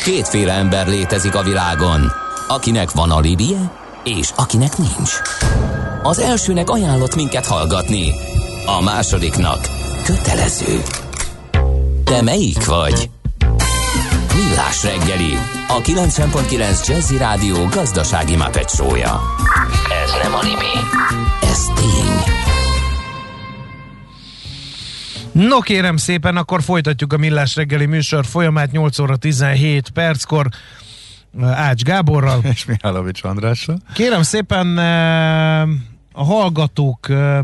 kétféle ember létezik a világon, akinek van alibije, és akinek nincs. Az elsőnek ajánlott minket hallgatni, a másodiknak kötelező. Te melyik vagy? Millás reggeli, a 90.9 Jazzy Rádió gazdasági Muppet show-ja. Ez nem anime, ez tény. No kérem szépen, akkor folytatjuk a Millás reggeli műsor folyamát 8 óra 17 perckor Ács Gáborral. És Mihálovics Andrással. Kérem szépen, a hallgatók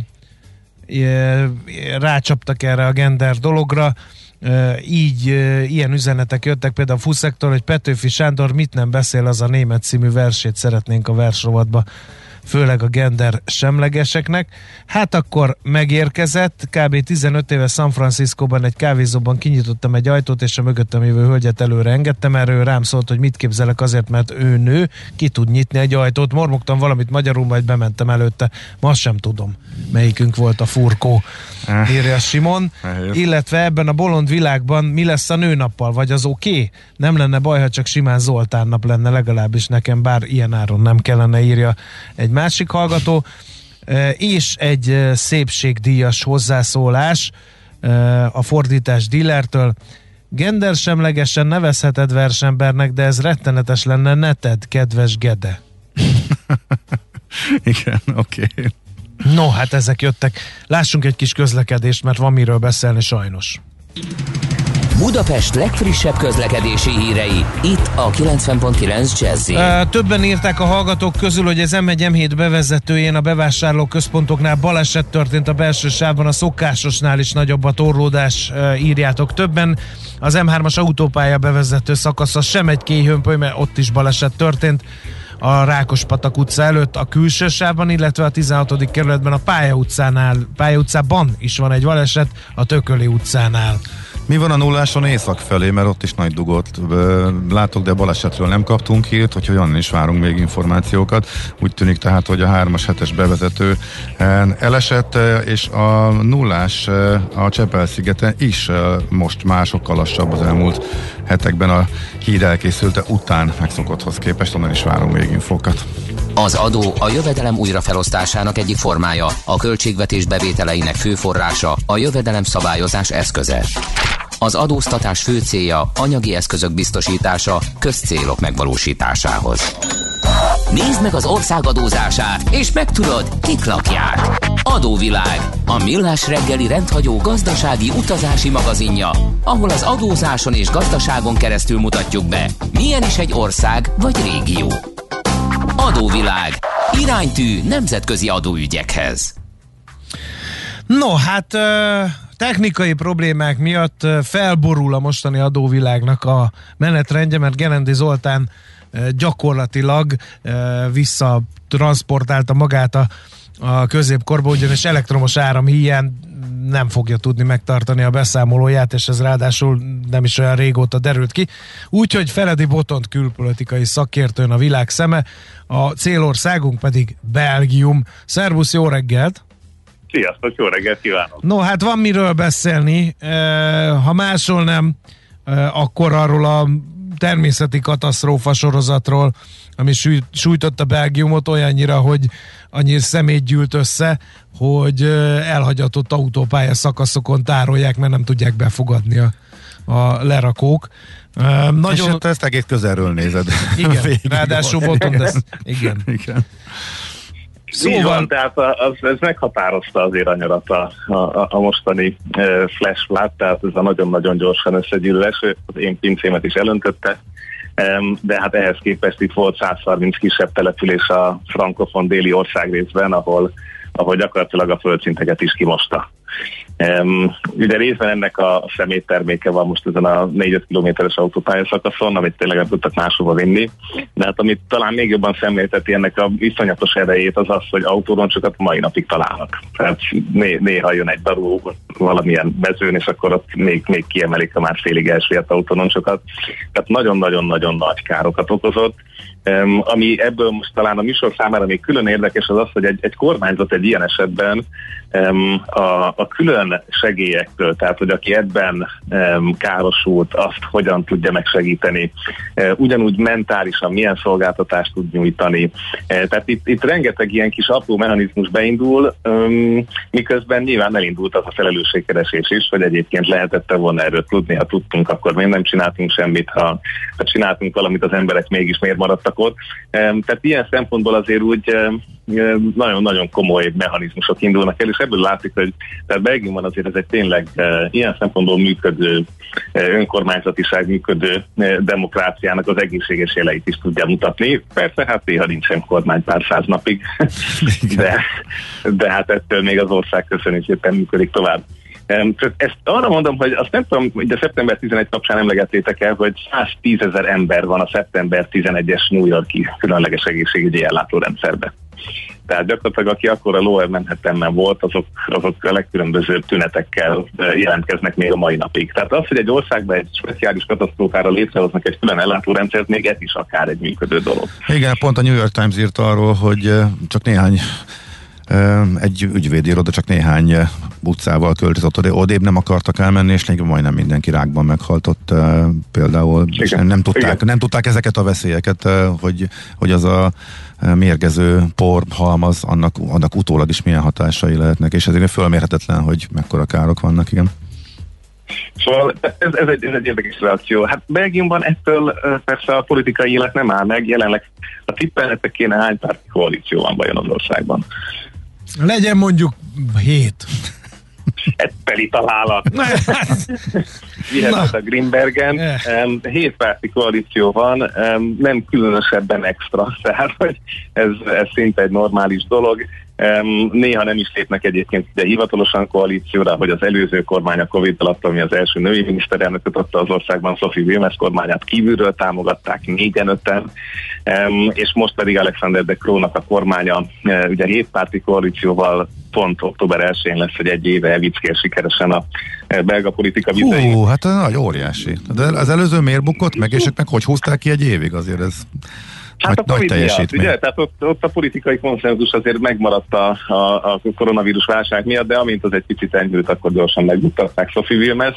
rácsaptak erre a gender dologra, így ilyen üzenetek jöttek például Fuszektől, hogy Petőfi Sándor mit nem beszél, az a Német című versét szeretnénk a versrovatba, főleg a gender semlegeseknek. Hát akkor megérkezett, kb. 15 éve San Franciscóban egy kávézóban kinyitottam egy ajtót, és a mögöttem jövő hölgyet előre engedtem, erről rám szólt, hogy mit képzelek azért, mert ő nő, ki tud nyitni egy ajtót, mormogtam valamit magyarul, majd bementem előtte, ma sem tudom, melyikünk volt a furkó, írja Simon. Illetve ebben a bolond világban mi lesz a nőnappal, vagy az oké? Nem lenne baj, ha csak simán Zoltán nap lenne, legalábbis nekem, bár ilyen áron nem kellene, írja egy másik hallgató, és egy szépségdíjas hozzászólás a fordítás dílertől. Gendersemlegesen nevezheted versembernek, de ez rettenetes lenne, ne tedd, kedves Gede. Igen, oké. No, hát ezek jöttek. Lássunk egy kis közlekedést, mert van miről beszélni sajnos. Budapest legfrissebb közlekedési hírei, itt a 90.9 Jazzy. Többen írták a hallgatók közül, hogy az M1-M7 bevezetőjén a bevásárlóközpontoknál baleset történt a belső sávban, a szokásosnál is nagyobb a torlódás, írjátok többen. Az M3-as autópálya bevezető szakasza sem egy kéhömpöly, mert ott is baleset történt a Rákospatak utca előtt a külső sávban, illetve a 16. kerületben a Pálya utcában is van egy baleset, a Tököli utcánál. Mi van a nulláson észak felé, mert ott is nagy dugót látok, de balesetről nem kaptunk hírt, hogy onnan is várunk még információkat. Úgy tűnik tehát, hogy a 3-as 7-es bevezető elesett, és a nullás a Csepel-szigeten is most másokkal lassabb az elmúlt hetekben a híd elkészülte után megszokotthoz képest, onnan is várunk még infókat. Az adó a jövedelem újrafelosztásának egyik formája, a költségvetés bevételeinek fő forrása, a jövedelem szabályozás eszköze. Az adóztatás fő célja anyagi eszközök biztosítása közcélok megvalósításához. Nézd meg az ország adózását, és megtudod, kik lakják. Adóvilág, a millás reggeli rendhagyó gazdasági utazási magazinja, ahol az adózáson és gazdaságon keresztül mutatjuk be, milyen is egy ország vagy régió. Adóvilág, iránytű nemzetközi adóügyekhez. No, hát technikai problémák miatt felborul a mostani adóvilágnak a menetrendje, mert Gerendi Zoltán gyakorlatilag visszatranszportálta magát a középkorba, ugyanis elektromos áram hiány nem fogja tudni megtartani a beszámolóját, és ez ráadásul nem is olyan régóta derült ki. Úgyhogy Feledi Botont külpolitikai szakértőn a világ szeme, a célországunk pedig Belgium. Szervusz, jó reggelt! Sziasztok, jó reggelt kívánok! No, hát van miről beszélni, ha máshol nem, akkor arról a természeti katasztrófa sorozatról, ami sújtotta Belgiumot olyannyira, hogy annyi szemét gyűlt össze, hogy elhagyatott autópálya szakaszokon tárolják, mert nem tudják befogadni a lerakók. És ezt egész közelről nézed. Igen, ráadásul Boton, de igen. Szóval... Így van, tehát ez meghatározta azért a nyarat a mostani flash flood, tehát ez a nagyon-nagyon gyorsan összegyűlő eső, az én pincémet is elöntötte, de hát ehhez képest itt volt 130 kisebb település a frankofon déli országrészben, ahol gyakorlatilag a földszinteket is kimosta. Ugye részben ennek a szemétterméke van most ezen a 4-5 kilométeres autópályaszakaszon, amit tényleg nem tudtak máshova vinni, de hát amit talán még jobban szemlélteti ennek a iszonyatos erejét az az, hogy autóroncsokat mai napig találnak. Tehát néha jön egy darú valamilyen mezőn, és akkor ott még kiemelik a már félig elsüllyedt autóroncsokat. Tehát nagyon-nagyon-nagyon nagy károkat okozott. Ami ebből most talán a műsor számára még külön érdekes az az, hogy egy kormányzat egy ilyen esetben a külön segélyektől, tehát hogy aki ebben károsult, azt hogyan tudja megsegíteni, ugyanúgy mentálisan milyen szolgáltatást tud nyújtani. Tehát itt rengeteg ilyen kis apró mechanizmus beindul, miközben nyilván elindult az a felelősségkeresés is, hogy egyébként lehetett volna erről tudni, ha tudtunk, akkor még nem csináltunk semmit, ha csináltunk valamit, az emberek mégis miért maradtak ott. Tehát ilyen szempontból azért úgy nagyon-nagyon komoly mechanizmusok indulnak el, és ebből látszik, hogy tehát Belgiumban azért ez egy tényleg ilyen szempontból működő önkormányzatiság, működő demokráciának az egészséges jeleit is tudja mutatni. Persze, hát néha nincsen kormány pár száz napig, de hát ettől még az ország köszönésképpen működik tovább. Ezt arra mondom, hogy azt nem tudom, hogy a szeptember 11 kapcsán emlegettétek el, hogy 110 000 ember van a szeptember 11-es New York-i különleges egészségügyi ellátórendszerben. Tehát gyakorlatilag aki akkor a Lower Manhattanben volt, azok a legkülönbözőbb tünetekkel jelentkeznek még a mai napig. Tehát az, hogy egy országban egy speciális katasztrófára létrehoznak egy külön ellátórendszert, még ez is akár egy működő dolog. Igen, pont a New York Times írt arról, hogy csak egy ügyvédiroda csak néhány utcával költözött odébb, nem akartak elmenni, és majdnem mindenki rákban meghalt ott például. És nem tudták ezeket a veszélyeket, hogy az a mérgező porhalmaz, annak utólag is milyen hatásai lehetnek, és ezért fölmérhetetlen, hogy mekkora károk vannak, igen. Szóval ez egy érdekes reakció. Hát Belgiumban ettől persze a politikai élet nem áll meg, jelenleg a tippelnetek kéne hány párti koalíció van vajon az országban. Legyen mondjuk 7. Egy teli találat. Vihetett a Greenbergen. 7 párti koalíció van, nem különösebben extra, tehát hogy ez szinte egy normális dolog. Néha nem is lépnek egyébként ide hivatalosan koalícióra, hogy az előző kormány a Covid alatt, ami az első női miniszterelnököt adta az országban, Sophie Wilmès kormányát kívülről támogatták 4-5-en, és most pedig Alexander De Croo-nak a kormánya ugye 7 párti koalícióval pont október 1-én lesz, hogy egy éve vickél sikeresen a belga politika vizei. Hát nagy óriási. De az előző miért bukott meg, és meg hogy húzták ki egy évig, azért ez hát a Covid miatt, ugye? Tehát ott a politikai konszenzus azért megmaradt a koronavírus válság miatt, de amint az egy picit enyhült, akkor gyorsan megbuktatták Sophie Wilmès.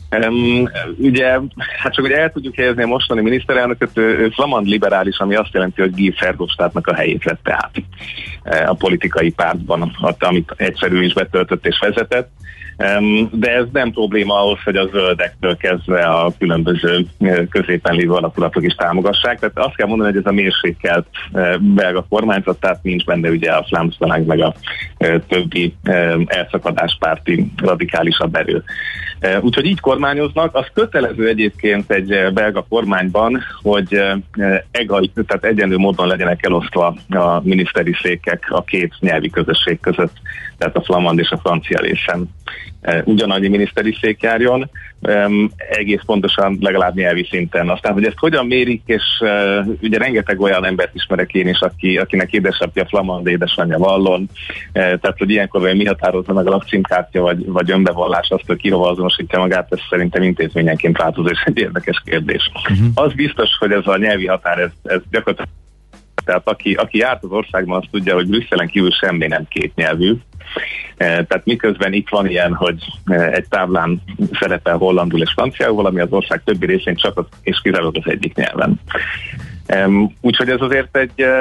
Ugye, hát csak hogy el tudjuk helyezni a mostani miniszterelnököt, ő flamand liberális, ami azt jelenti, hogy Guy Verhofstadtnak a helyét vette át a politikai pártban, amit egyszerű is betöltött és vezetett. De ez nem probléma ahhoz, hogy a zöldektől kezdve a különböző középen lévő alakulatok is támogassák. Tehát azt kell mondani, hogy ez a mérsékelt belga kormányzat, tehát nincs benne ugye a Vlaams Belang meg a többi elszakadáspárti radikálisabb erő. Úgyhogy így kormányoznak. Az kötelező egyébként egy belga kormányban, hogy tehát egyenlő módon legyenek elosztva a miniszteri székek a két nyelvi közösség között, tehát a flamand és a francia részen. Ugyanannyi miniszteri szék járjon, egész pontosan legalább nyelvi szinten. Aztán, hogy ezt hogyan mérik, és ugye rengeteg olyan embert ismerek én is, akinek édesapja flamand, édesanyja vallon, tehát, hogy ilyenkor mi határozza meg a lakcímkártya, vagy önbevallás azt, hogy ki hova azonosítja magát, ez szerintem intézményenként változó, és egy érdekes kérdés. Az biztos, hogy ez a nyelvi határ, ez gyakorlatilag, tehát aki járt az országban, azt tudja, hogy Brüsszelen kívül semmi nem kétnyelvű. Tehát miközben itt van ilyen, hogy egy táblán szerepel hollandul és franciául, valami az ország többi részén csak és kizárólag az egyik nyelven. Úgyhogy ez azért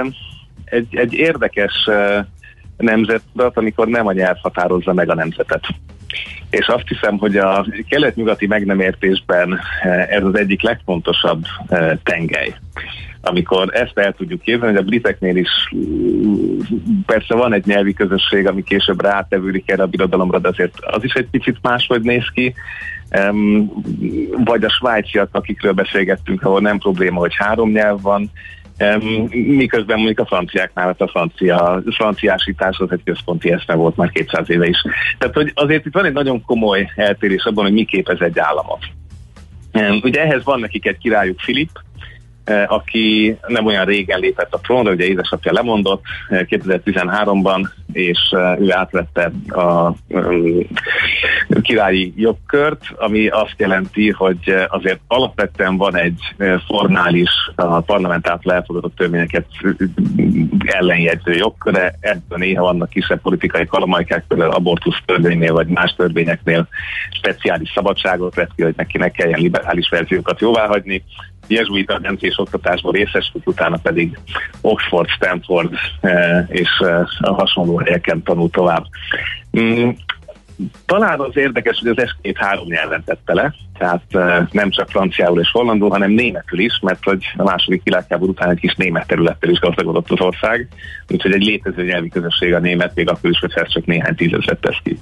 egy érdekes nemzettudat, amikor nem a nyelv határozza meg a nemzetet. És azt hiszem, hogy a kelet-nyugati meg nem értésben ez az egyik legfontosabb tengely. Amikor ezt el tudjuk képzelni, hogy a briteknél is persze van egy nyelvi közösség, ami később rátevődik erre a birodalomra, de azért az is egy picit máshogy néz ki. Vagy a svájciak, akikről beszélgettünk, ahol nem probléma, hogy 3 nyelv van, miközben mondjuk a franciáknál a franciásítás az egy központi eszme volt már 200 éve is. Tehát, hogy azért itt van egy nagyon komoly eltérés abban, hogy mi képez egy államot. Ugye ehhez van nekik egy királyuk, Filip, aki nem olyan régen lépett a trónra, ugye édesapja lemondott 2013-ban, és ő átvette a királyi jogkört, ami azt jelenti, hogy azért alapvetően van egy formális, a parlament által elfogadott törvényeket ellenjegyző jogköre, ebből néha vannak kisebb politikai kalamajkák, például abortusz törvénynél vagy más törvényeknél speciális szabadságot vett ki, hogy neki ne kelljen liberális verziókat jóváhagyni. Jezsuita és oktatásból részesült, utána pedig Oxford, Stanford és a hasonló helyeken tanult tovább. Talán az érdekes, hogy az eskét 3 nyelven tette le, tehát nem csak franciául és hollandul, hanem németül is, mert hogy a második világháború után egy kis német területtel is gazdagodott az ország, úgyhogy egy létező nyelvi közösség a német, még akkor is, hogyha ez csak néhány tízezret tesz ki.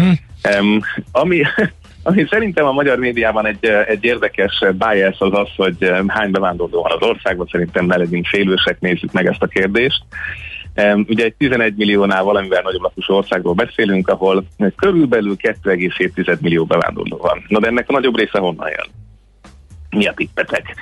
Ami szerintem a magyar médiában egy érdekes bias az, hogy hány bevándorló van az országban, szerintem ne legyünk félősek, nézzük meg ezt a kérdést. Ugye egy 11 milliónál valamivel nagyobb lakosú országról beszélünk, ahol körülbelül 2,7 millió bevándorló van. Na de ennek a nagyobb része honnan jön? Mi a tippetek?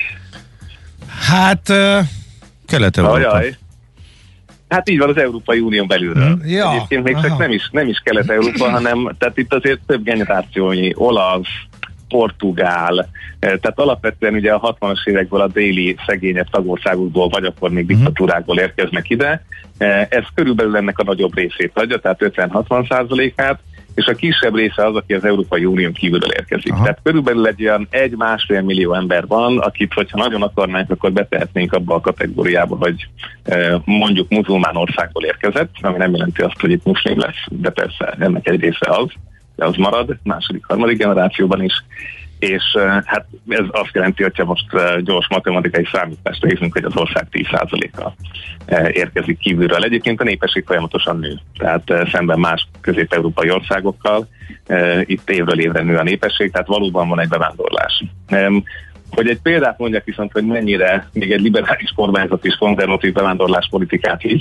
Hát... Kelet-Európa. Hát így van, az Európai Unión belülről. Ja, egyébként még csak nem is Kelet-Európa, hanem tehát itt azért több generációnyi olasz, portugál, tehát alapvetően ugye a 60-as évekből a déli szegényebb tagországokból, vagy akkor még diktatúrákból érkeznek ide. Ez körülbelül ennek a nagyobb részét adja, tehát 50-60%-át, és a kisebb része az, aki az Európai Unión kívülről érkezik. Aha. Tehát körülbelül egy olyan 1-1,5 millió ember van, akit, hogyha nagyon akarnánk, akkor betehetnénk abba a kategóriába, hogy mondjuk muzulmán országból érkezett, ami nem jelenti azt, hogy itt muszlim lesz, de persze ennek egy része az, de az marad, második, harmadik generációban is, és hát ez azt jelenti, hogyha most gyors matematikai számítást végzünk, hogy az ország 10%-a érkezik kívülről. Egyébként a népesség folyamatosan nő, tehát szemben más közép-európai országokkal itt évről évre nő a népesség, tehát valóban van egy bevándorlás. Hogy egy példát mondjak viszont, hogy mennyire még egy liberális kormányzat is konzervatív bevándorláspolitikát hisz.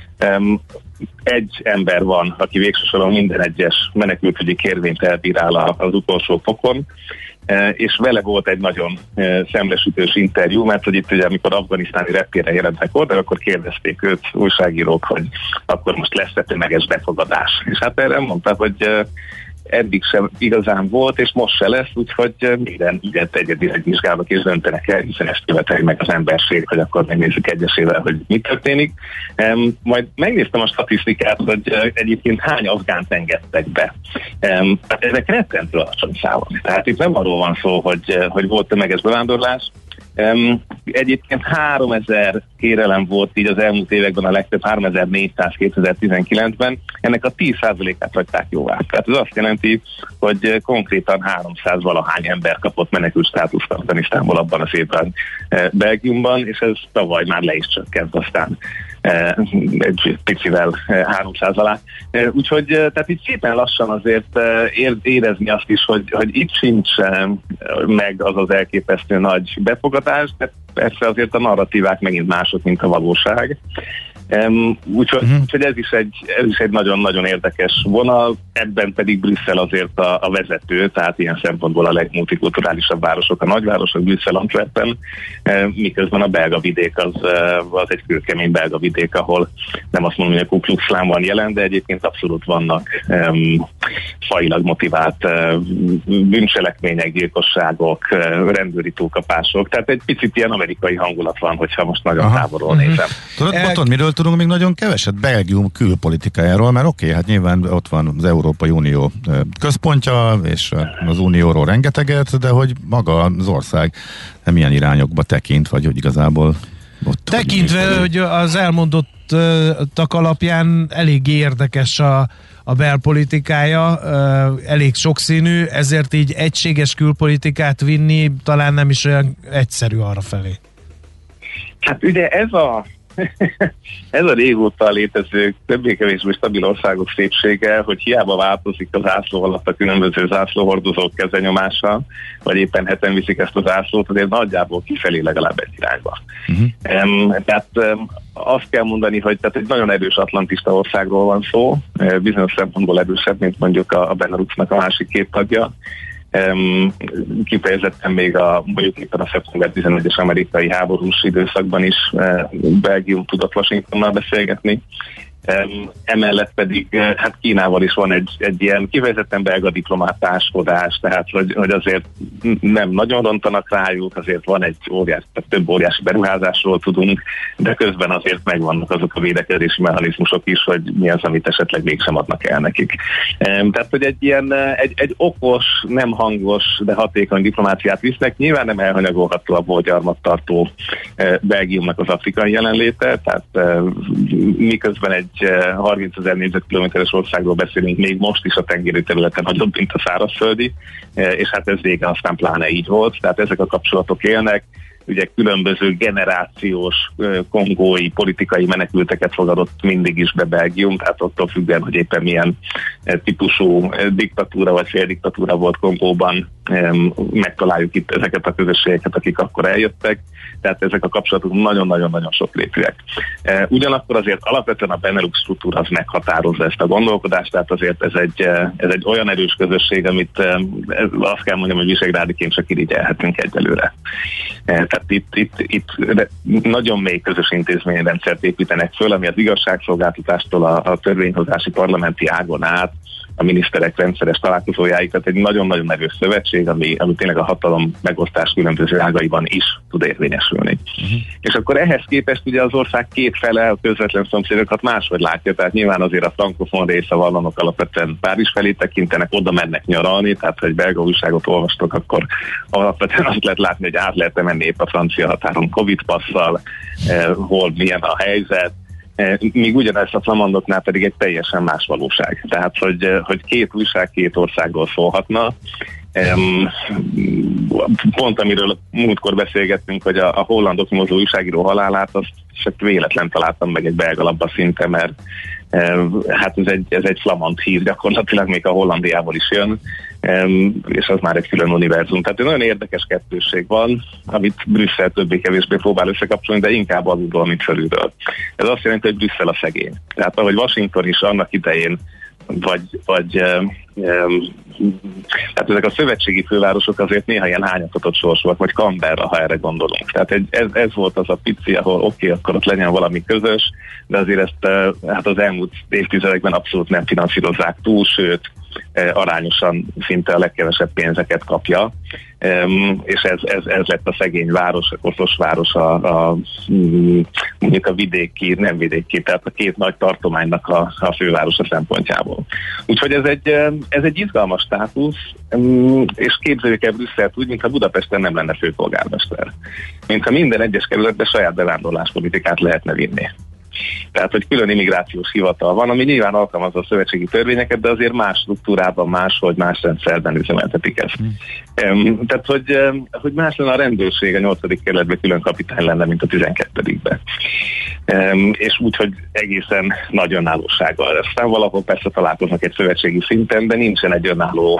Egy ember van, aki végső soron minden egyes menekültügyi kérvényt elbírál az utolsó fokon, és vele volt egy nagyon szemlesütős interjú, mert hogy itt ugye, amikor afganisztáni reptére jelentek oda, akkor kérdezték őt újságírók, hogy akkor most lesz-e tömeges befogadás. És hát erre mondta, hogy eddig sem igazán volt, és most se lesz, úgyhogy minden ügyet egyedileg vizsgálnak és döntenek el, hiszen ezt követeli meg az emberség, hogy akkor megnézzük egyesével, hogy mi történik. Majd megnéztem a statisztikát, hogy egyébként hány afgánt engedtek be. Ezek rettentő alacsony számok. Tehát itt nem arról van szó, hogy volt tömeges bevándorlás. Egyébként 3000 kérelem volt így az elmúlt években, a legtöbb 3400 2019-ben, ennek a 10%-át hagyták jóvá. Tehát ez azt jelenti, hogy konkrétan 300 valahány ember kapott menekült státuszt Afganisztánból abban az évben Belgiumban, és ez tavaly már le is csökkent aztán egy picivel 300 alá. Úgyhogy tehát itt szépen lassan azért érezni azt is, hogy itt sincs meg az az elképesztő nagy befogadás, de persze azért a narratívák megint mások, mint a valóság. Úgyhogy ez is egy nagyon-nagyon érdekes vonal, ebben pedig Brüsszel azért a vezető, tehát ilyen szempontból a legmultikulturálisabb városok, a nagyvárosok, Brüsszel, Antwerpen, miközben a belga vidék az egy kőkemény belga vidék, ahol nem azt mondom, hogy a Ku Klux Klan van jelen, de egyébként abszolút vannak fajilag motivált bűncselekmények, gyilkosságok, rendőri túlkapások, tehát egy picit ilyen amerikai hangulat van, hogyha most nagyon távolról nézem. Tudod, miről tudunk még nagyon keveset? Belgium külpolitikájáról, mert hát nyilván ott van az Európai Unió központja, és az Unióról rengeteget, de hogy maga az ország nem ilyen irányokba tekint, vagy hogy igazából ott... Tekintve, hogy az elmondottak alapján elég érdekes a belpolitikája, elég sokszínű, ezért így egységes külpolitikát vinni talán nem is olyan egyszerű arrafelé. Hát ugye ez a régóta létező, többé-kevésbé stabil országok szépsége, hogy hiába változik az zászló alatt a különböző zászlóhordozók kezenyomása, vagy éppen heten viszik ezt a zászlót, azért nagyjából kifelé legalább egy irányba. Tehát azt kell mondani, hogy tehát egy nagyon erős atlantista országról van szó, bizonyos szempontból erősebb, mint mondjuk a Beneluxnak a másik két tagja. Kifejezetten még mondjuk éppen a szeptember 11-es amerikai háborús időszakban is Belgium tudott Washingtonnal beszélgetni. Emellett pedig hát Kínával is van egy ilyen kifejezetten belga diplomátáskodás, tehát hogy azért nem nagyon rontanak rájuk, azért van egy óriás, több óriási beruházásról tudunk, de közben azért megvannak azok a védekezési mechanizmusok is, hogy mi az, amit esetleg mégsem adnak el nekik. Tehát, hogy egy ilyen egy okos, nem hangos, de hatékony diplomáciát visznek, nyilván nem elhanyagolható a bolgyarmattartó Belgiumnak az afrikai jelenléte, tehát miközben egy 30 000 négyzetkilométeres országról beszélünk még most is a tengeri területen nagyobb, mint a szárazföldi, és hát ez régen aztán pláne így volt, tehát ezek a kapcsolatok élnek. Ugye különböző generációs kongói politikai menekülteket fogadott mindig is be Belgium, tehát attól függően, hogy éppen milyen típusú diktatúra vagy féldiktatúra volt Kongóban, megtaláljuk itt ezeket a közösségeket, akik akkor eljöttek, tehát ezek a kapcsolatok nagyon-nagyon-nagyon soklépűek. Ugyanakkor azért alapvetően a Benelux struktúra az meghatározza ezt a gondolkodást, tehát azért ez egy olyan erős közösség, amit azt kell mondjam, hogy visegrádiként csak irigyelhetünk egyelőre. Tehát itt nagyon mély közös intézményrendszert építenek föl, ami az igazságszolgáltatástól a törvényhozási parlamenti ágon át a miniszterek rendszeres találkozójáig, tehát egy nagyon-nagyon erős szövetség, ami tényleg a hatalom megosztás különböző ágaiban is tud érvényesülni. És akkor ehhez képest ugye az ország két fele, a közvetlen szomszédokat máshogy látja, tehát nyilván azért a frankofon része vallanok alapvetően Párizs felé tekintenek, oda mennek nyaralni, tehát ha egy belga újságot olvastok, akkor alapvetően azt lehet látni, hogy át lehet menni épp a francia határon Covid-passzal, hol milyen a helyzet, míg ugyanezt a flamandoknál pedig egy teljesen más valóság. Tehát, hogy két újság két országról szólhatna. Pont amiről múltkor beszélgettünk, hogy a hollandok mozó újságíró halálát, azt csak véletlen találtam meg egy belga labba szinte, mert hát ez egy flamand hír, gyakorlatilag még a Hollandiából is jön, és az már egy külön univerzum. Tehát egy nagyon érdekes kettősség van, amit Brüsszel többé-kevésbé próbál összekapcsolni, de inkább alulról, mint felülről. Ez azt jelenti, hogy Brüsszel a szegény. Tehát ahogy Washington is annak idején tehát ezek a szövetségi fővárosok azért néha ilyen hányatatott sorsúak, vagy Canberra, ha erre gondolunk. Tehát ez volt az a pici, ahol oké, akkor ott legyen valami közös, de azért ezt hát az elmúlt évtizedekben abszolút nem finanszírozzák túl, sőt, arányosan szinte a legkevesebb pénzeket kapja, és ez lett a szegény város, a koszos város, mondjuk a vidéki, nem vidéki, tehát a két nagy tartománynak a fővárosa szempontjából. Úgyhogy ez egy izgalmas státusz, és képzeljük el Brüsszelt úgy, mintha Budapesten nem lenne főpolgármester. Mintha minden egyes kerületben saját bevándorláspolitikát lehetne vinni. Tehát, hogy külön immigrációs hivatal van, ami nyilván alkalmazza a szövetségi törvényeket, de azért más struktúrában, máshogy, más rendszerben üzemeltetik ezt. Tehát, hogy más lenne a rendőrség a 8. kerületben külön kapitány lenne, mint a 12-ben. És úgy, hogy egészen nagy önállósággal. Aztán valahol persze találkoznak egy szövetségi szinten, de nincsen egy önálló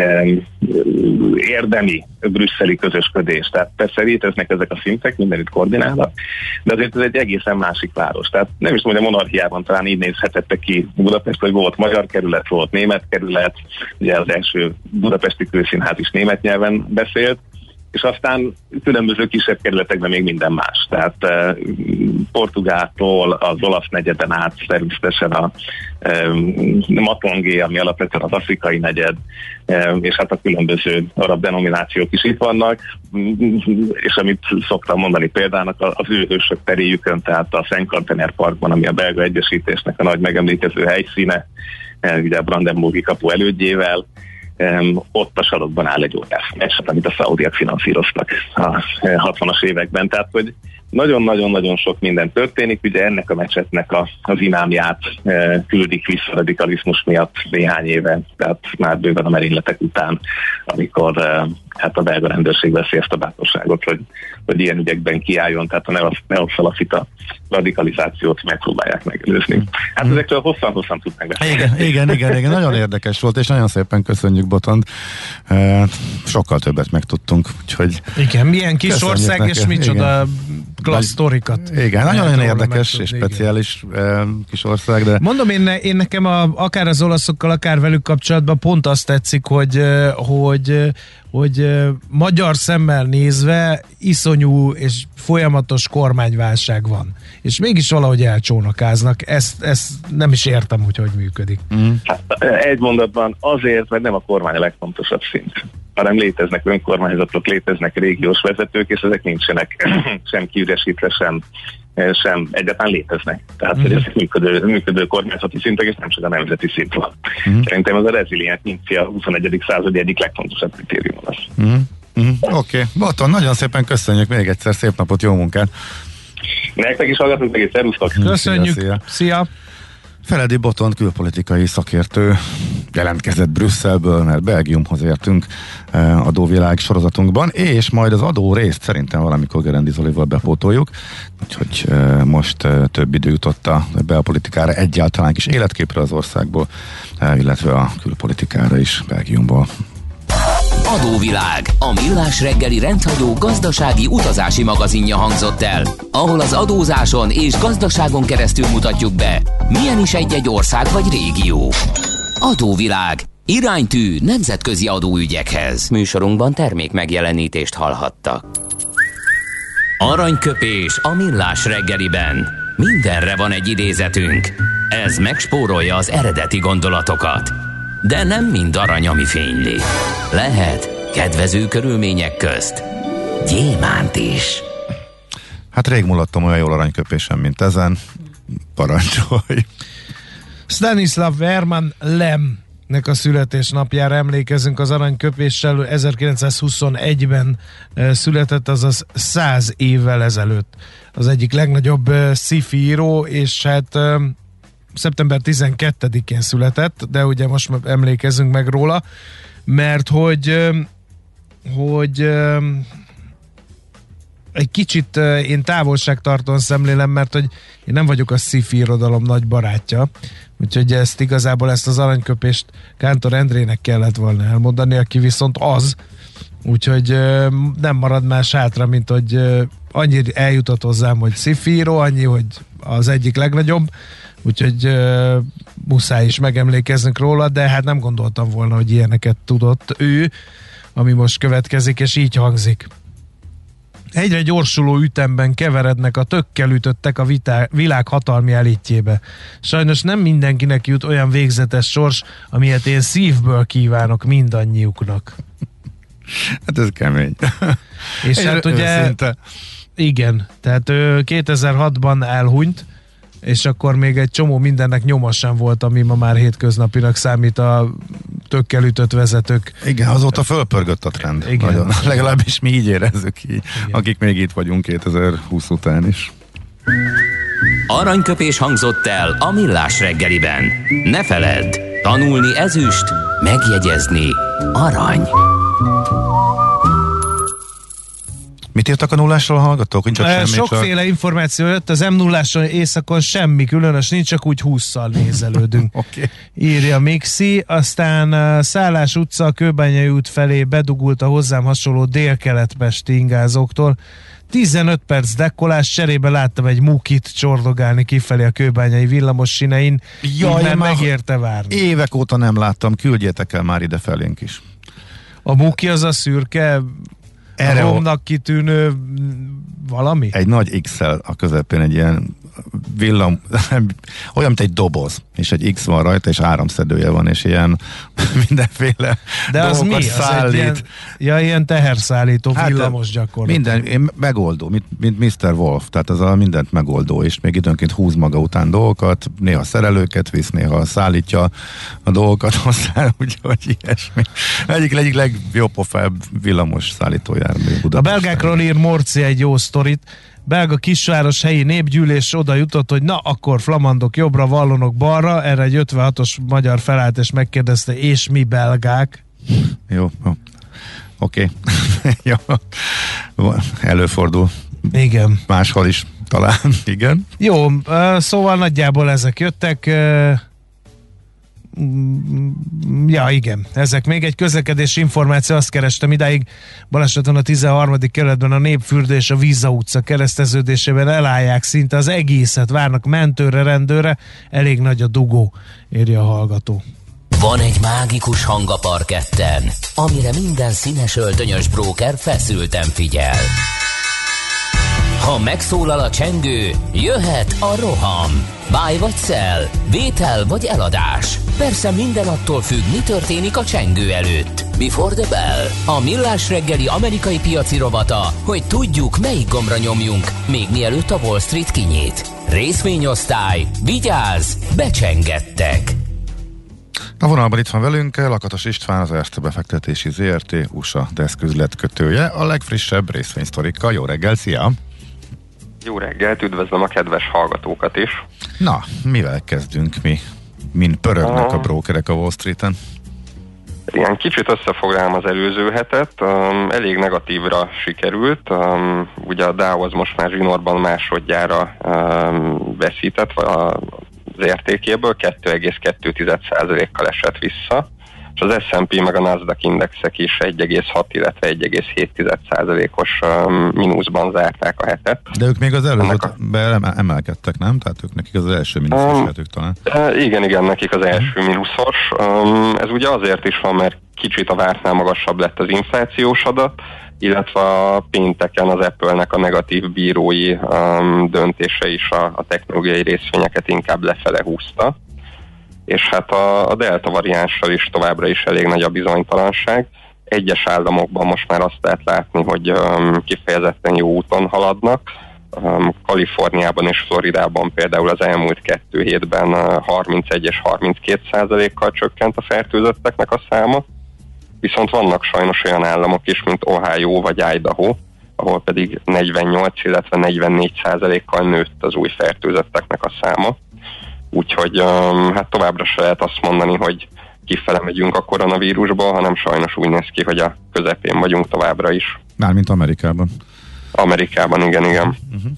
érdemi brüsszeli közösködés. Tehát persze léteznek ezek a szintek, mindenütt koordinálnak, de azért ez egy egészen másik város. Tehát nem is mondja, monarchiában talán így nézhetette ki Budapest, hogy volt magyar kerület, volt német kerület, ugye az első budapesti kőszínház is német nyelven beszélt, és aztán különböző kisebb kerületekben még minden más. Tehát Portugáltól az olasz negyeden át természetesen a Matongé, ami alapvetően az afrikai negyed, és hát a különböző arab denominációk is itt vannak, és amit szoktam mondani példának, az ő hősök teréjükön, tehát a Szent-Kantener Parkban, ami a belga egyesítésnek a nagy megemlékező helyszíne, ugye a Brandenburgi kapu elődjével, ott a sarokban áll egy óriás meccset, amit a szaudiak finanszíroztak a 60-as években. Tehát, hogy nagyon-nagyon-nagyon sok minden történik, ugye ennek a mecsetnek az imámját küldik vissza radikalizmus miatt néhány éve, tehát már bőven a merényletek után, amikor hát a belga rendőrség veszi ezt a bátorságot, hogy ilyen ügyekben kiálljon, tehát a neoszalafita radikalizációt megpróbálják megelőzni. Hát ezek csak hosszan tudnak beszélni. Igen, nagyon érdekes volt, és nagyon szépen köszönjük, Botond. Sokkal többet megtudtunk, úgyhogy igen, milyen kis ország, és micsoda klassz sztorikat. Igen, nagyon érdekes és speciális kis ország, de... Mondom, én nekem akár az olaszokkal, akár velük kapcsolatban pont azt tetszik, hogy magyar szemmel nézve iszonyú és folyamatos kormányválság van. És mégis valahogy elcsónakáznak. Ezt nem is értem, hogy működik. Hát, egy mondatban azért, mert nem a kormány a legfontosabb szint, hanem léteznek önkormányzatok, léteznek régiós vezetők, és ezek nincsenek sem kiüresítve, sem egyáltalán léteznek. Tehát hogy ezek működő kormányzati szintek, és nem csak a nemzeti szint van. Szerintem ez a reziliencia a 21. századi egyik legfontosabb kritérium lesz. Oké. Botton, nagyon szépen köszönjük még egyszer, szép napot, jó munkát! Nektek is hallgatunk, meg egy szervusztok! Köszönjük! Szia! Feledi Botton külpolitikai szakértő jelentkezett Brüsszelből, mert Belgiumhoz értünk adóvilág sorozatunkban, és majd az adó részt szerintem valamikor Gerendi Zolival bepótoljuk, úgyhogy most több idő jutott a belpolitikára, egyáltalán kis életképre az országból, illetve a külpolitikára is Belgiumból. Adóvilág, a millás reggeli rendhagyó gazdasági utazási magazinja hangzott el, ahol az adózáson és gazdaságon keresztül mutatjuk be, milyen is egy-egy ország vagy régió. Adóvilág, iránytű nemzetközi adóügyekhez. Műsorunkban termék megjelenítést hallhattak. Aranyköpés a millás reggeliben. Mindenre van egy idézetünk. Ez megspórolja az eredeti gondolatokat. De nem mind arany, ami fényli. Lehet kedvező körülmények közt gyémánt is. Hát rég mulattam olyan jól aranyköpésem, mint ezen. Parancsolj! Stanislav Herman Lemnek a születésnapjára emlékezünk. Az aranyköpéssel 1921-ben született, azaz 100 évvel ezelőtt. Az egyik legnagyobb sci-fi író, és hát szeptember 12-én született, de ugye most emlékezzünk meg róla, mert hogy egy kicsit én távolságtartóan szemlélem, mert hogy én nem vagyok a sci-fi irodalom nagy barátja, úgyhogy ezt az aranyköpést Kántor Endrének kellett volna elmondani, aki viszont az, úgyhogy nem marad más hátra, mint hogy annyi eljutott hozzám, hogy sci-fi író, annyi, hogy az egyik legnagyobb, úgyhogy muszáj is megemlékeznünk róla, de hát nem gondoltam volna, hogy ilyeneket tudott ő, ami most következik, és így hangzik. Egyre gyorsuló ütemben keverednek a tökkel ütöttek a világ hatalmi elitjébe. Sajnos nem mindenkinek jut olyan végzetes sors, amilyet én szívből kívánok mindannyiuknak. Hát ez kemény. És hát ugye... Őszinte. Igen, tehát 2006-ban elhunyt, és akkor még egy csomó mindennek nyoma sem volt, ami ma már hétköznapinak számít a tökkel ütött vezetők. Igen, azóta fölpörgött a trend. Igen. Nagyon. Legalábbis mi így érezzük ki, akik még itt vagyunk 2020 után is. Aranyköpés hangzott el a millás reggeliben. Ne feledd, tanulni ezüst, megjegyezni arany. Mit írtak a nullásról a hallgatók? Sokféle információ jött, az M0-áson éjszakon semmi különös nincs, csak úgy 20-szal nézelődünk. Okay. Írja Mixi, aztán Szállás utca a Kőbányai út felé bedugult a hozzám hasonló délkelet-pesti ingázóktól. 15 perc dekkolás, cserébe láttam egy mukit csordogálni kifelé a Kőbányai villamos sinein. Jaj, megérte várni. Évek óta nem láttam, küldjétek el már ide felénk is. A muki az a szürke, a romnak kitűnő valami? Egy nagy X-el a közepén, egy ilyen olyan, mint egy doboz, és egy X van rajta, és áramszedője van, és ilyen mindenféle de az dolgokat mi? szállít. Ilyen teherszállító, hát villamos gyakorlatilag. Minden, megoldó, mint Mr. Wolf, tehát az a mindent megoldó, és még időnként húz maga után dolgokat, néha szerelőket visz, néha szállítja a dolgokat hozzá, úgyhogy ilyesmi. Egyik legjobb pofább villamos szállítójármű Budapesten. A belgákról ír Morci egy jó sztorit. Belga kisváros helyi népgyűlés oda jutott, hogy na, akkor flamandok jobbra, vallonok balra, erre egy 56-os magyar felállt és megkérdezte, és mi belgák? Jó. Oké. Jó. Előfordul. Igen. Máshol is talán, igen. Jó, szóval nagyjából ezek jöttek. Ja, igen, ezek még egy közlekedési információ, azt kerestem idáig, baleseton a 13. kerületben a Népfürdő és a Víza utca kereszteződésében elállják szinte az egészet, várnak mentőre, rendőre, elég nagy a dugó, írja a hallgató. Van egy mágikus hang a parketten, amire minden színes öltönyös bróker feszülten figyel. Ha megszólal a csengő, jöhet a roham. Buy vagy sell, vétel vagy eladás. Persze minden attól függ, mi történik a csengő előtt. Before the bell, a millás reggeli amerikai piaci rovata, hogy tudjuk, melyik gombra nyomjunk, még mielőtt a Wall Street kinyit. Részvényosztály, vigyázz, becsengettek! A vonalban itt van velünk Lakatos István, az Erste Befektetési ZRT USA Desk üzletkötője, a legfrissebb részvénysztorikkal. Jó reggel, szia! Jó reggelt, üdvözlöm a kedves hallgatókat is. Na, mivel kezdünk mi? Min pörögnek a brókerek a Wall Streeten? Igen, kicsit összefoglalom az előző hetet, elég negatívra sikerült, ugye a Dow az most már zsinórban másodjára veszített az értékéből, 2,2%-kal esett vissza, és az S&P meg a Nasdaq indexek is 1,6, illetve 1,7%-os mínuszban zárták a hetet. De ők még az előzőben emelkedtek, nem? Tehát ők nekik az első mínuszos hetük talán. Igen, nekik az első mínuszos. Ez ugye azért is van, mert kicsit a vártnál magasabb lett az inflációs adat, illetve a pénteken az Apple-nek a negatív bírói döntése is a technológiai részvényeket inkább lefele húzta. És hát a delta variánssal is továbbra is elég nagy a bizonytalanság. Egyes államokban most már azt lehet látni, hogy kifejezetten jó úton haladnak. Kaliforniában és Floridában például az elmúlt 2 hétben 31 és 32%-kal csökkent a fertőzötteknek a száma. Viszont vannak sajnos olyan államok is, mint Ohio vagy Idaho, ahol pedig 48, illetve 44%-kal nőtt az új fertőzötteknek a száma. Úgyhogy hát továbbra se lehet azt mondani, hogy kifele megyünk a koronavírusból, hanem sajnos úgy néz ki, hogy a közepén vagyunk továbbra is. Mármint Amerikában. Amerikában, igen. Uh-huh.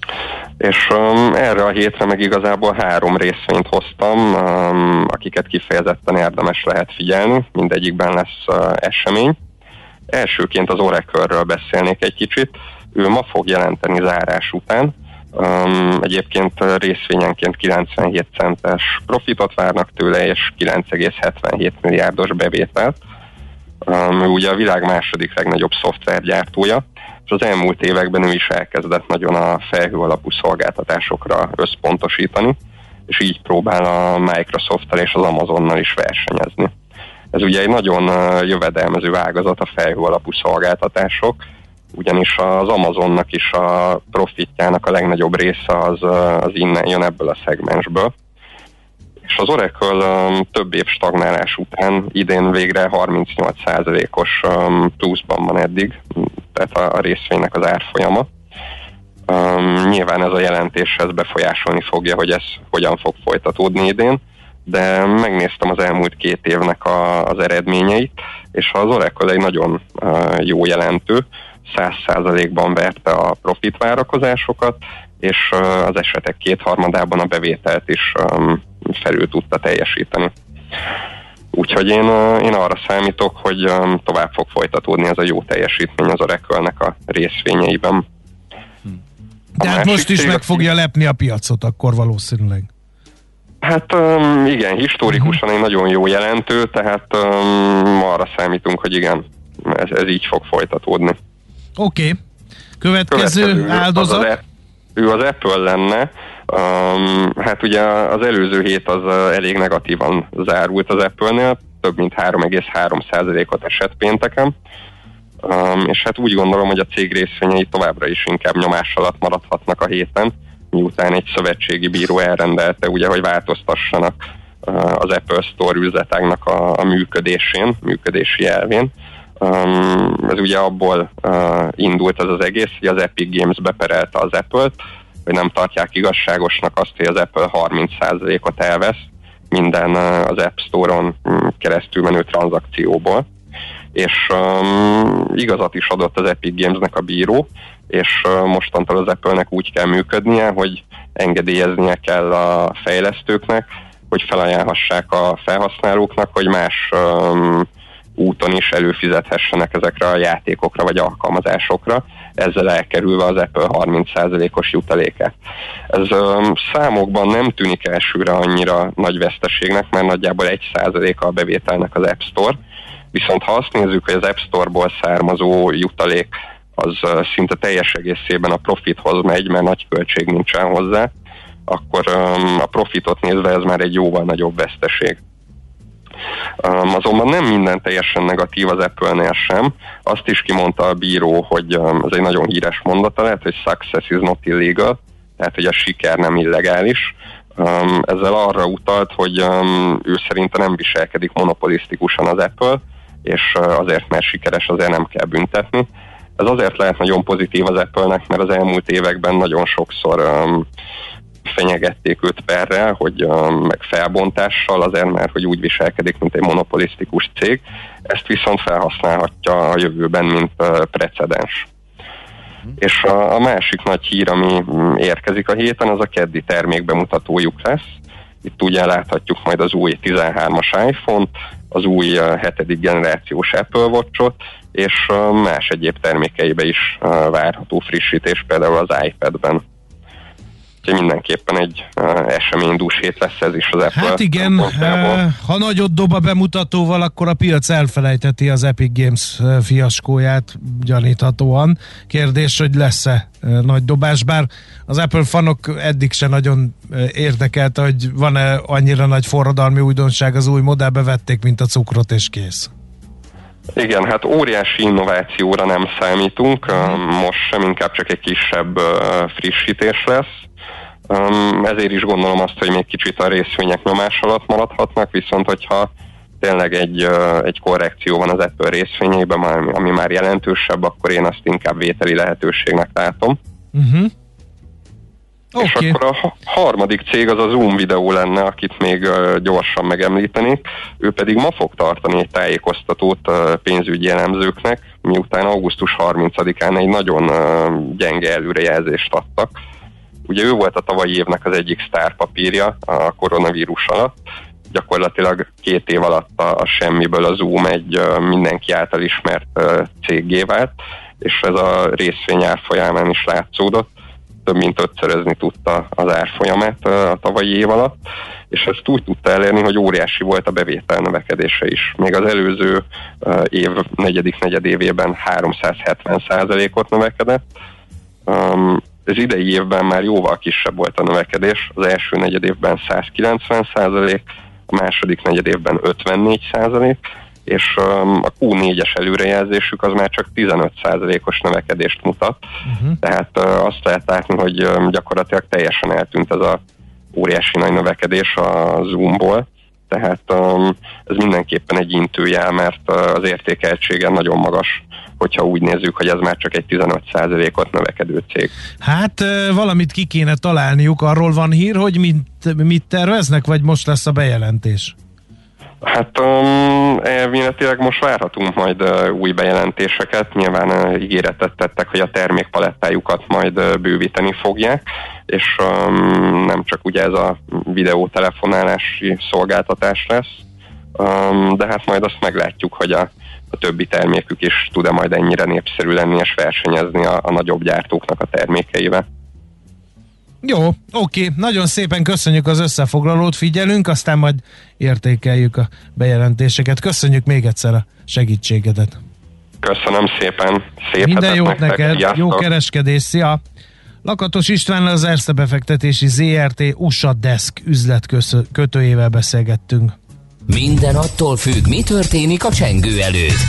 És erre a hétre meg igazából 3 részvényt hoztam, akiket kifejezetten érdemes lehet figyelni, mindegyikben lesz esemény. Elsőként az Oracle-ről beszélnék egy kicsit, ő ma fog jelenteni zárás után. Egyébként részvényenként 97 centes profitot várnak tőle, és 9,77 milliárdos bevételt. Ugye a világ második legnagyobb szoftvergyártója, és az elmúlt években ő is elkezdett nagyon a felhő alapú szolgáltatásokra összpontosítani, és így próbál a Microsofttal és az Amazonnal is versenyezni. Ez ugye egy nagyon jövedelmező ágazat, a felhő alapú szolgáltatások, ugyanis az Amazonnak is a profitjának a legnagyobb része az innen jön, ebből a szegmensből. És az Oracle több év stagnálás után idén végre 38%-os pluszban van eddig, tehát a részvénynek az árfolyama. Nyilván ez a jelentéshez befolyásolni fogja, hogy ez hogyan fog folytatódni idén, de megnéztem az elmúlt 2 évnek az eredményeit, és az Oracle egy nagyon jó jelentő, 100%-ban verte a profit várakozásokat, és az esetek 2/3-ában a bevételt is felül tudta teljesíteni. Úgyhogy én arra számítok, hogy tovább fog folytatódni ez a jó teljesítmény az Oracle-nek a részvényeiben. De hát most is meg fogja lepni a piacot akkor valószínűleg. Hát igen, historikusan egy nagyon jó jelentő, tehát arra számítunk, hogy igen, ez így fog folytatódni. Oké. Következő áldozat? Ő az Apple lenne. Hát ugye az előző hét az elég negatívan zárult az Apple-nél, több mint 3,3%-ot esett pénteken, és hát úgy gondolom, hogy a cég részvényei továbbra is inkább nyomás alatt maradhatnak a héten, miután egy szövetségi bíró elrendelte, ugye, hogy változtassanak az Apple Store üzletágnak a működési elvén. Ez ugye abból indult ez az egész, hogy az Epic Games beperelte az Apple-t, hogy nem tartják igazságosnak azt, hogy az Apple 30%-ot elvesz minden az App Store-on keresztül menő tranzakcióból. És igazat is adott az Epic Games-nek a bíró, és mostantól az Apple-nek úgy kell működnie, hogy engedélyeznie kell a fejlesztőknek, hogy felajánlhassák a felhasználóknak, hogy más úton is előfizethessenek ezekre a játékokra vagy alkalmazásokra, ezzel elkerülve az Apple 30%-os jutalékát. Ez számokban nem tűnik elsőre annyira nagy veszteségnek, mert nagyjából 1%-a a bevételnek az App Store, viszont ha azt nézzük, hogy az App Store-ból származó jutalék az szinte teljes egészében a profithoz megy, mert nagy költség nincsen hozzá, akkor a profitot nézve ez már egy jóval nagyobb veszteség. Azonban nem minden teljesen negatív az Apple-nél sem. Azt is kimondta a bíró, hogy ez egy nagyon híres mondata lehet, hogy success is not illegal, tehát hogy a siker nem illegális. Ezzel arra utalt, hogy ő szerinte nem viselkedik monopolisztikusan az Apple, és azért, mert sikeres, azért nem kell büntetni. Ez azért lehet nagyon pozitív az Apple-nek, mert az elmúlt években nagyon sokszor fenyegették őt perrel, hogy meg felbontással, azért mert hogy úgy viselkedik, mint egy monopolisztikus cég. Ezt viszont felhasználhatja a jövőben, mint precedens. És a másik nagy hír, ami érkezik a héten, az a keddi termékbemutatójuk lesz. Itt ugye láthatjuk majd az új 13-as iPhone-t, az új 7. generációs Apple Watch-ot, és más egyéb termékeibe is várható frissítés, például az iPad-ben. Úgyhogy mindenképpen egy eseménydús hét lesz ez is az Apple. Hát igen, ha nagyot dob a bemutatóval, akkor a piac elfelejteti az Epic Games fiaskóját gyaníthatóan. Kérdés, hogy lesz-e nagy dobás, bár az Apple fanok eddig se nagyon érdekelte, hogy van-e annyira nagy forradalmi újdonság, az új modellbe vették, mint a cukrot, és kész. Igen, hát óriási innovációra nem számítunk, most sem, inkább csak egy kisebb frissítés lesz. Ezért is gondolom azt, hogy még kicsit a részvények nyomás alatt maradhatnak, viszont hogyha tényleg egy korrekció van az Apple részvényeiben, ami már jelentősebb, akkor én azt inkább vételi lehetőségnek látom. És akkor a harmadik cég az a Zoom videó lenne, akit még gyorsan megemlítenék. Ő pedig ma fog tartani egy tájékoztatót pénzügyi elemzőknek, miután augusztus 30-án egy nagyon gyenge előrejelzést adtak. Ugye ő volt a tavalyi évnek az egyik sztárpapírja a koronavírus alatt. Gyakorlatilag 2 év alatt a semmiből a Zoom egy mindenki által ismert céggé vált, és ez a részvény árfolyamán is látszódott. Több mint 5-szörözni tudta az árfolyamát a tavalyi év alatt, és ezt úgy tudta elérni, hogy óriási volt a bevétel növekedése is. Még az előző év negyedik negyedévében 370%-ot növekedett. Az idei évben már jóval kisebb volt a növekedés, az első negyedévben 190%, a második negyedévben 54%, és a Q4-es előrejelzésük az már csak 15%-os növekedést mutat. Tehát azt lehet látni, hogy gyakorlatilag teljesen eltűnt ez az óriási nagy növekedés a Zoomból. Tehát ez mindenképpen egy intőjel, mert az értékeltsége nagyon magas, hogyha úgy nézzük, hogy ez már csak egy 15%-ot növekedő cég. Hát valamit ki kéne találniuk, arról van hír, hogy mit terveznek, vagy most lesz a bejelentés? Hát elméletileg most várhatunk majd új bejelentéseket, nyilván ígéretet tettek, hogy a termékpalettájukat majd bővíteni fogják, és nem csak ugye ez a videótelefonálási szolgáltatás lesz, de hát majd azt meglátjuk, hogy a többi termékük is tud-e majd ennyire népszerű lenni és versenyezni a nagyobb gyártóknak a termékeivel. Jó, oké. Nagyon szépen köszönjük az összefoglalót, figyelünk, aztán majd értékeljük a bejelentéseket. Köszönjük még egyszer a segítségedet. Köszönöm szépen. Szép minden jót neked, Sziasztok. Jó kereskedés, szia! Lakatos Istvánnal, az Erste Befektetési ZRT USA Desk üzletkötőjével beszélgettünk. Minden attól függ, mi történik a csengő előtt.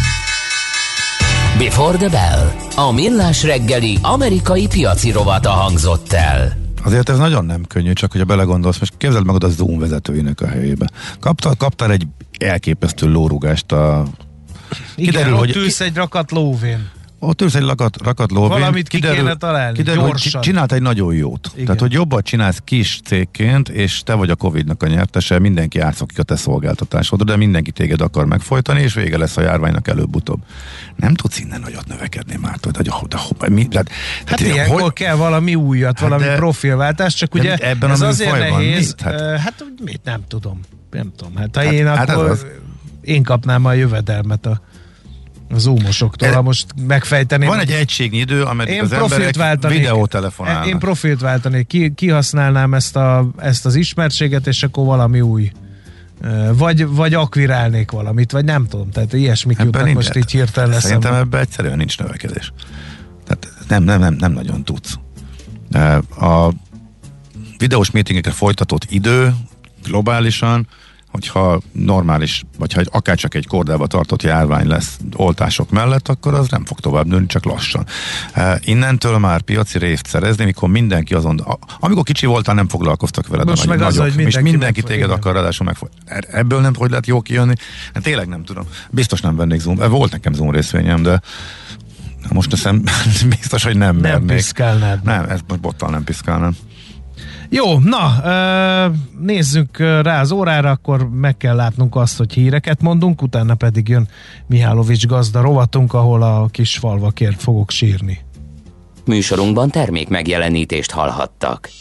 Before the Bell, a millás reggeli amerikai piaci rovata hangzott el. Azért ez nagyon nem könnyű, csak hogyha belegondolsz, most képzeld meg oda a Zoom vezetőinek a helyébe. Kaptál egy elképesztő lórugást Igen, kiderül, hogy ülsz egy rakat lóvén. ott ülsz egy rakat lóvén. Valamit ki kéne találni, gyorsan. Csinált egy nagyon jót. Igen. Tehát, hogy jobbat csinálsz kis cégként, és te vagy a Covid-nak a nyertese, mindenki átszokik a te szolgáltatásodra, de mindenki téged akar megfojtani, és vége lesz a járványnak előbb-utóbb. Nem tudsz innen nagyot növekedni már. Hát ilyenkor kell valami újat, valami profilváltást, csak ugye ebben ez azért nehéz. Mit? Nem tudom. Hát ha én akkor én kapnám a jövedelmet a Zoomosoktól, ha most megfejteném. Van egy egységnyi idő, ameddig az emberek videótelefonálnak. Én profilt váltanék, kihasználnám ezt az ismertséget, és akkor valami új. Vagy akvirálnék valamit, vagy nem tudom. Tehát ilyesmik jutnak most így hirtelen leszem. Szerintem ebben egyszerűen nincs növekedés. Tehát nem nagyon tudsz. A videós meetingekre folytatott idő globálisan, hogyha normális, vagy ha akárcsak egy kordába tartott járvány lesz oltások mellett, akkor az nem fog tovább nőni, csak lassan. Innentől már piaci részt szerezni, mikor mindenki amikor kicsi voltál, nem foglalkoztak veled. Most meg az, hogy mindenki téged akar, ráadásul ebből nem hogy lehet jó kijönni? Hát tényleg nem tudom. Biztos nem vennék Zoom. Volt nekem Zoom részvényem, de most teszem, biztos, hogy nem mernék. Nem piszkálnád. Nem, ezt most bottal nem piszkálnám. Jó, na, nézzünk rá az órára, akkor meg kell látnunk azt, hogy híreket mondunk, utána pedig jön Mihálovics gazda rovatunk, ahol a kis falvakért fogok sírni. Műsorunkban termék megjelenítést hallhattak.